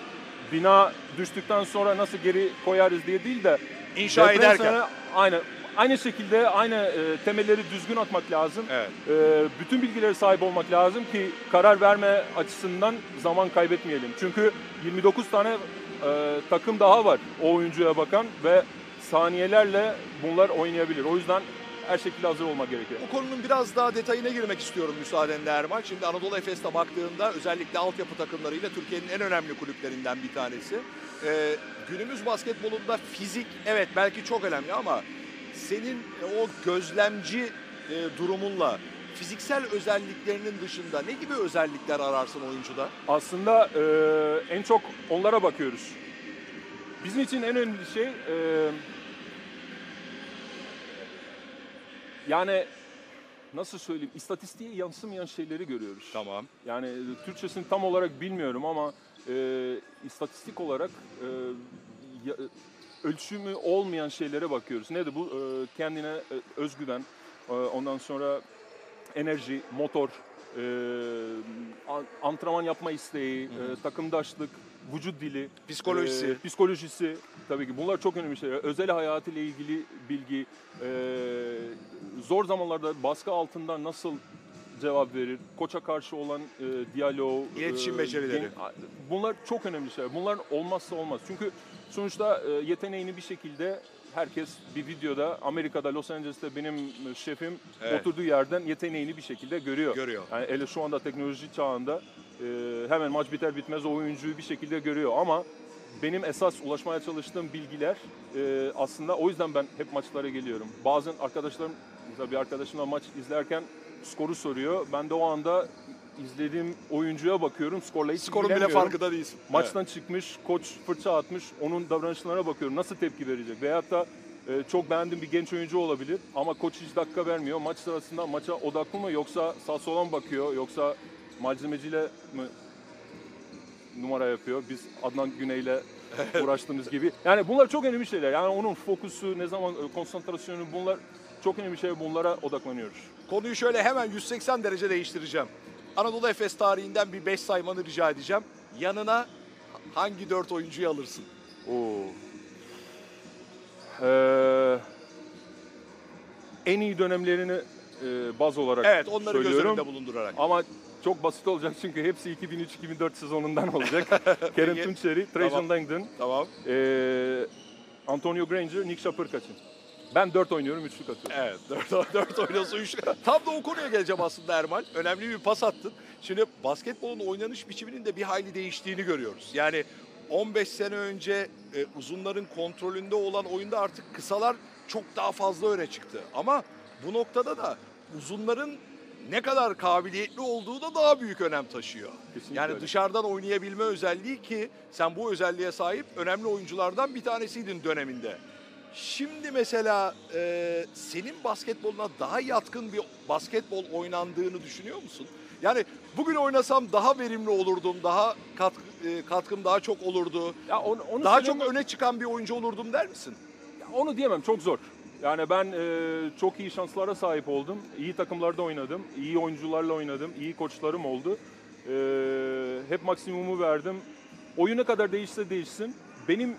S4: bina düştükten sonra nasıl geri koyarız diye değil de
S1: İnşa
S4: deprem
S1: ederken.
S4: sonra- aynen aynı şekilde aynı e, temelleri düzgün atmak lazım.
S1: Evet.
S4: E, bütün bilgilere sahip olmak lazım ki karar verme açısından zaman kaybetmeyelim. Çünkü yirmi dokuz tane e, takım daha var o oyuncuya bakan ve saniyelerle bunlar oynayabilir. O yüzden her şekilde hazır olmak gerekiyor.
S1: Bu konunun biraz daha detayına girmek istiyorum müsaadenle Erman. Şimdi Anadolu Efes'te baktığında özellikle altyapı takımlarıyla Türkiye'nin en önemli kulüplerinden bir tanesi. Ee, günümüz basketbolunda fizik evet belki çok önemli ama senin o gözlemci e, durumunla fiziksel özelliklerinin dışında ne gibi özellikler ararsın oyuncuda?
S4: Aslında e, en çok onlara bakıyoruz. Bizim için en önemli şey e, yani nasıl söyleyeyim, istatistiğe yansımayan şeyleri görüyoruz.
S1: Tamam.
S4: Yani Türkçesini tam olarak bilmiyorum ama e, istatistik olarak e, ya, ölçümü olmayan şeylere bakıyoruz. Nedir bu? E, kendine e, özgüven, e, ondan sonra enerji, motor, e, antrenman yapma isteği, e, takımdaşlık, vücut dili,
S1: Psikolojisi.
S4: e, psikolojisi tabii ki bunlar çok önemli şeyler. Özel hayatıyla ilgili bilgi, e, zor zamanlarda baskı altında nasıl cevap verir, koça karşı olan e, diyalog,
S1: İletişim
S4: e,
S1: becerileri.
S4: gen- bunlar çok önemli şeyler. Bunlar olmazsa olmaz. Çünkü sonuçta e, yeteneğini bir şekilde herkes bir videoda Amerika'da Los Angeles'te benim şefim
S1: Evet.
S4: oturduğu yerden yeteneğini bir şekilde görüyor.
S1: Görüyor.
S4: Yani hele şu anda teknoloji çağında e, hemen maç biter bitmez o oyuncuyu bir şekilde görüyor ama benim esas ulaşmaya çalıştığım bilgiler e, aslında o yüzden ben hep maçlara geliyorum. Bazen arkadaşlarım, mesela bir arkadaşımla maç izlerken skoru soruyor. Ben de o anda izlediğim oyuncuya bakıyorum. Skorla hiç
S1: Skorun bile
S4: ilgilenmiyorum.
S1: farkında değilsin.
S4: Maçtan çıkmış, koç fırça atmış, onun davranışlarına bakıyorum. Nasıl tepki verecek? Veyahut da e, çok beğendiğim bir genç oyuncu olabilir ama koç hiç dakika vermiyor. Maç sırasında maça odaklı mı yoksa sağ sola mı bakıyor yoksa malzemeciyle mi numara yapıyor? Biz Adnan Güney'le uğraştığımız gibi. Yani bunlar çok önemli şeyler. Yani onun fokusu, ne zaman e, konsantrasyonu, bunlar çok önemli şeyler. Bunlara odaklanıyoruz.
S1: Konuyu şöyle hemen yüz seksen derece değiştireceğim. Anadolu Efes tarihinden bir beş saymanı rica edeceğim. Yanına hangi dört oyuncuyu alırsın?
S4: Oo. Ee, en iyi dönemlerini e, baz olarak
S1: Evet, onları göz
S4: söylüyorum.
S1: önünde bulundurarak.
S4: Ama çok basit olacak çünkü hepsi iki bin üç iki bin dört sezonundan olacak. Kerem
S1: Peki.
S4: Tunçeri, Trajan
S1: Tamam.
S4: Langdon,
S1: Tamam.
S4: e, Antonio Granger, Nick Shapirkacin. Ben dört oynuyorum, üçlük atıyorum.
S1: Evet, dört, dört oynuyorsun, üç. Tam da o konuya geleceğim aslında Erman. Önemli bir pas attın. Şimdi basketbolun oynanış biçiminin de bir hayli değiştiğini görüyoruz. Yani on beş sene önce e, uzunların kontrolünde olan oyunda artık kısalar çok daha fazla öne çıktı. Ama bu noktada da uzunların ne kadar kabiliyetli olduğu da daha büyük önem taşıyor.
S4: Kesinlikle
S1: Yani
S4: öyle.
S1: dışarıdan oynayabilme özelliği ki sen bu özelliğe sahip önemli oyunculardan bir tanesiydin döneminde. Şimdi mesela e, senin basketboluna daha yatkın bir basketbol oynandığını düşünüyor musun? Yani bugün oynasam daha verimli olurdum, daha katkı, e, katkım daha çok olurdu,
S4: Ya onu, onu
S1: daha
S4: söyleme-
S1: çok öne çıkan bir oyuncu olurdum der misin?
S4: Ya onu diyemem, çok zor. Yani ben e, çok iyi şanslara sahip oldum. İyi takımlarda oynadım, iyi oyuncularla oynadım, iyi koçlarım oldu. E, hep maksimumu verdim. Oyun ne kadar değişse değişsin, benim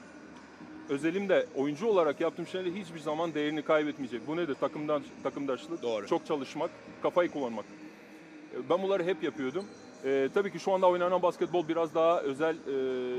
S4: özelimde oyuncu olarak yaptığım şeyler hiçbir zaman değerini kaybetmeyecek. Bu nedir? Takımdan, takımdaşlık,
S1: Doğru.
S4: çok çalışmak, kafayı kullanmak. E, Ben bunları hep yapıyordum. E, tabii ki şu anda oynanan basketbol biraz daha özel, e,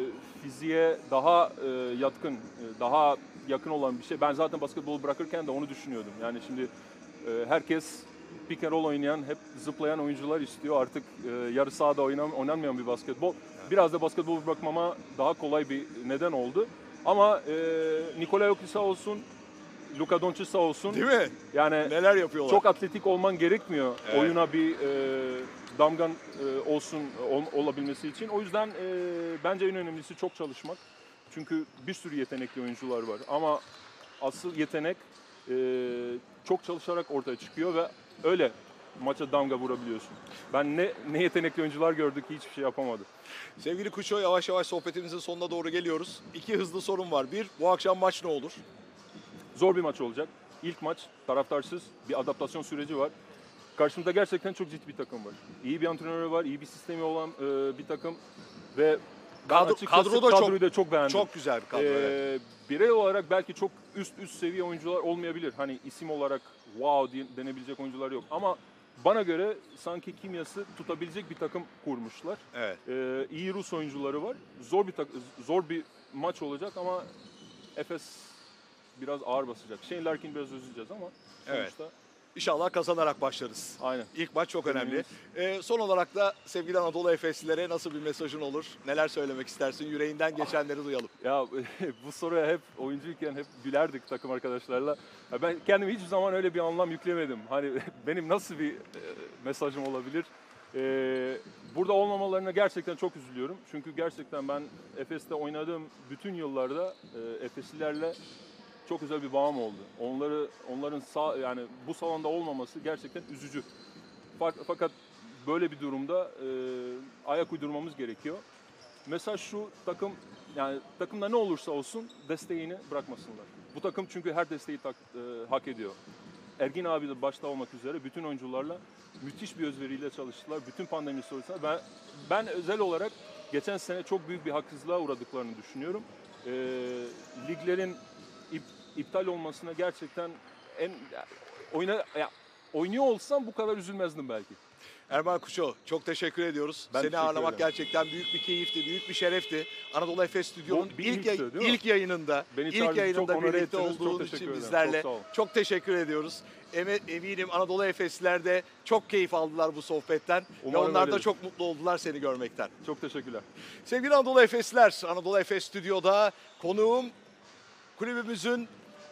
S4: fiziğe daha e, yatkın, e, daha yakın olan bir şey. Ben zaten basketbolu bırakırken de onu düşünüyordum. Yani şimdi e, herkes pick and roll oynayan, hep zıplayan oyuncular istiyor. Artık e, yarı sahada oynan, oynanmayan bir basketbol. Biraz da basketbolu bırakmama daha kolay bir neden oldu. Ama e, Nikola Jokic sağ olsun, Luka Doncic sağ olsun.
S1: Değil mi?
S4: Yani
S1: Neler yapıyorlar?
S4: çok atletik olman gerekmiyor
S1: Evet.
S4: oyuna bir e, damgan e, olsun ol, olabilmesi için. O yüzden e, bence en önemlisi çok çalışmak. Çünkü bir sürü yetenekli oyuncular var ama asıl yetenek e, çok çalışarak ortaya çıkıyor ve öyle maça damga vurabiliyorsun. Ben ne ne yetenekli oyuncular gördük ki hiçbir şey yapamadı.
S1: Sevgili Kuşo, yavaş yavaş sohbetimizin sonuna doğru geliyoruz. İki hızlı sorum var. Bir, bu akşam maç ne olur?
S4: Zor bir maç olacak. İlk maç taraftarsız, bir adaptasyon süreci var. Karşımızda gerçekten çok ciddi bir takım var. İyi bir antrenörü var, iyi bir sistemi olan e, bir takım ve ben
S1: Kadro-
S4: açıkçası
S1: kadro da çok-
S4: kadroyu da çok beğendim.
S1: Çok güzel bir kadro. evet.
S4: Ee, birey olarak belki çok üst üst seviye oyuncular olmayabilir. Hani isim olarak wow diye denebilecek oyuncular yok. Ama bana göre sanki kimyası tutabilecek bir takım kurmuşlar.
S1: Evet.
S4: Ee, iyi Rus oyuncuları var. Zor bir tak- zor bir maç olacak ama Efes biraz ağır basacak. Shane Larkin biraz üzüleceğiz ama
S1: Evet.
S4: sonuçta
S1: İnşallah kazanarak başlarız.
S4: aynen.
S1: İlk maç çok önemli.
S4: Eminiz.
S1: Ee, son olarak da sevgili Anadolu Efeslilere nasıl bir mesajın olur? Neler söylemek istersin? Yüreğinden geçenleri duyalım.
S4: Ya bu soruya hep oyuncuyken hep gülerdik takım arkadaşlarla. Ya ben kendime hiçbir zaman öyle bir anlam yüklemedim. Hani benim nasıl bir e, mesajım olabilir? E, burada olmamalarına gerçekten çok üzülüyorum. Çünkü gerçekten ben Efes'te oynadığım bütün yıllarda e, Efeslilerle çok güzel bir bağım oldu. Onları onların sağ yani bu salonda olmaması gerçekten üzücü. Fak- Fakat böyle bir durumda e, ayak uydurmamız gerekiyor. Mesaj şu, takım yani takımda ne olursa olsun desteğini bırakmasınlar. Bu takım çünkü her desteği tak, e, hak ediyor. Ergin abi de başta olmak üzere bütün oyuncularla müthiş bir özveriyle çalıştılar. Bütün pandemi sonrasında ben ben özel olarak geçen sene çok büyük bir haksızlığa uğradıklarını düşünüyorum. E, liglerin ip, iptal olmasına gerçekten en oyna ya, oynuyor olsam bu kadar üzülmezdim belki.
S1: Erman Kuşo, çok teşekkür ediyoruz.
S4: Ben
S1: Seni
S4: teşekkür
S1: ağırlamak
S4: ederim.
S1: gerçekten büyük bir keyifti, büyük bir şerefti. Anadolu Efes Stüdyo'nun
S4: Bu bir
S1: ilk, yay-
S4: ilkti, değil mi?
S1: ilk yayınında,
S4: Beni
S1: ilk
S4: çağırdığınız için
S1: yayınında
S4: çok onore
S1: birlikte
S4: ettiniz. Çok
S1: olduğun
S4: teşekkür
S1: için
S4: ederim.
S1: bizlerle
S4: Çok sağ olun.
S1: çok teşekkür ediyoruz. Eme- Eminim Anadolu Efesliler de çok keyif aldılar bu sohbetten.
S4: Umarım
S1: ve onlar da
S4: öyledir.
S1: çok mutlu oldular seni görmekten.
S4: Çok teşekkürler.
S1: Sevgili Anadolu Efesliler, Anadolu Efes Stüdyo'da konuğum kulübümüzün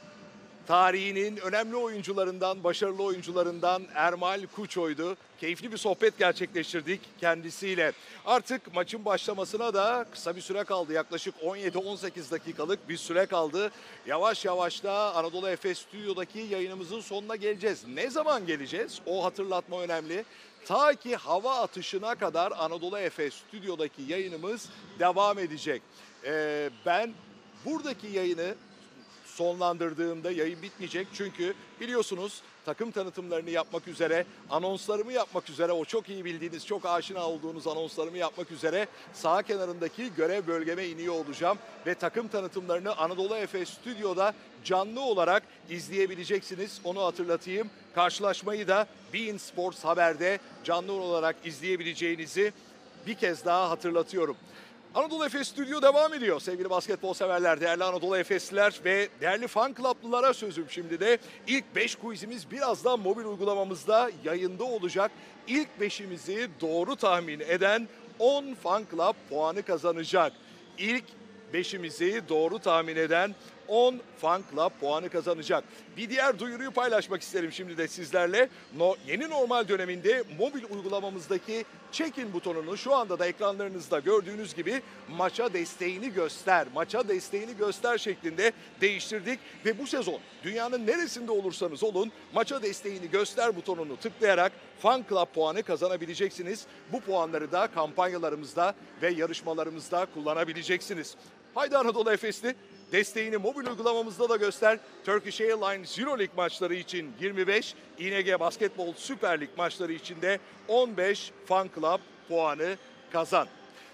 S1: tarihinin önemli oyuncularından, başarılı oyuncularından Ermal Kuço'ydu. Keyifli bir sohbet gerçekleştirdik kendisiyle. Artık maçın başlamasına da kısa bir süre kaldı. Yaklaşık on yedi on sekiz dakikalık bir süre kaldı. Yavaş yavaş da Anadolu Efes Stüdyo'daki yayınımızın sonuna geleceğiz. Ne zaman geleceğiz? O hatırlatma önemli. Ta ki hava atışına kadar Anadolu Efes Stüdyo'daki yayınımız devam edecek. Ee, ben buradaki yayını sonlandırdığımda yayın bitmeyecek. Çünkü biliyorsunuz takım tanıtımlarını yapmak üzere, anonslarımı yapmak üzere, o çok iyi bildiğiniz, çok aşina olduğunuz anonslarımı yapmak üzere sağ kenarındaki görev bölgeme iniyor olacağım. Ve takım tanıtımlarını Anadolu Efes Stüdyo'da canlı olarak izleyebileceksiniz. Onu hatırlatayım. Karşılaşmayı da beIN Sports Haber'de canlı olarak izleyebileceğinizi bir kez daha hatırlatıyorum. Anadolu Efes Stüdyo devam ediyor sevgili basketbol severler, değerli Anadolu Efesliler ve değerli fan club'lılara sözüm şimdi de. İlk beş quizimiz birazdan mobil uygulamamızda yayında olacak. İlk beşimizi doğru tahmin eden on fan club puanı kazanacak. İlk beşimizi doğru tahmin eden on fan club puanı kazanacak. Bir diğer duyuruyu paylaşmak isterim şimdi de sizlerle. No, yeni normal döneminde mobil uygulamamızdaki check-in butonunu şu anda da ekranlarınızda gördüğünüz gibi maça desteğini göster, maça desteğini göster şeklinde değiştirdik. Ve bu sezon dünyanın neresinde olursanız olun maça desteğini göster butonunu tıklayarak fan club puanı kazanabileceksiniz. Bu puanları da kampanyalarımızda ve yarışmalarımızda kullanabileceksiniz. Haydi Anadolu Efesli, desteğini mobil uygulamamızda da göster. Turkish Airlines Euroleague maçları için yirmi beş, İ N G Basketbol Süper Lig maçları için de on beş Fan Club puanı kazan.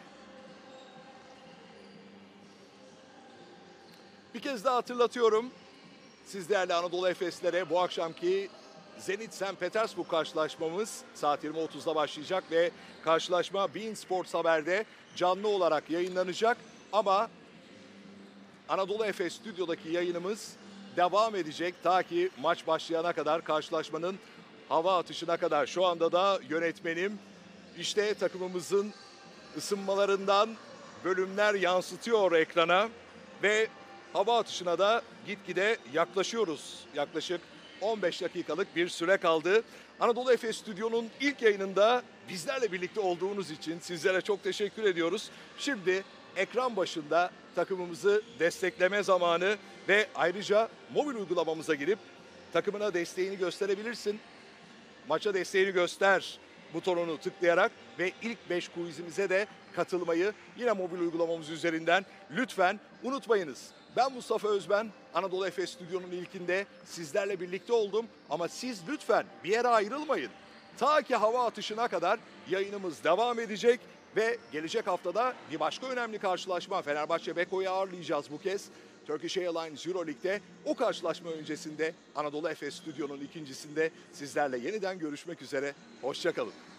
S1: Bir kez daha hatırlatıyorum. Siz değerli Anadolu Efeslilere bu akşamki Zenit Sankt Petersburg karşılaşmamız saat yirmi otuzda başlayacak ve karşılaşma beIN Sports Haber'de canlı olarak yayınlanacak. Ama Anadolu Efes Stüdyo'daki yayınımız devam edecek ta ki maç başlayana kadar, karşılaşmanın hava atışına kadar. Şu anda da yönetmenim işte takımımızın ısınmalarından bölümler yansıtıyor ekrana ve hava atışına da gitgide yaklaşıyoruz. Yaklaşık on beş dakikalık bir süre kaldı. Anadolu Efes Stüdyo'nun ilk yayınında bizlerle birlikte olduğunuz için sizlere çok teşekkür ediyoruz. Şimdi ekran başında takımımızı destekleme zamanı ve ayrıca mobil uygulamamıza girip takımına desteğini gösterebilirsin. Maça desteğini göster butonunu tıklayarak ve ilk beş quizimize de katılmayı yine mobil uygulamamız üzerinden lütfen unutmayınız. Ben Mustafa Özben, Anadolu Efes Stüdyo'nun ilkinde sizlerle birlikte oldum ama siz lütfen bir yere ayrılmayın. Ta ki hava atışına kadar yayınımız devam edecek. Ve gelecek haftada bir başka önemli karşılaşma, Fenerbahçe Beko'yu ağırlayacağız bu kez. Turkish Airlines Euroleague'de o karşılaşma öncesinde Anadolu Efes Stüdyo'nun ikincisinde sizlerle yeniden görüşmek üzere. Hoşça kalın.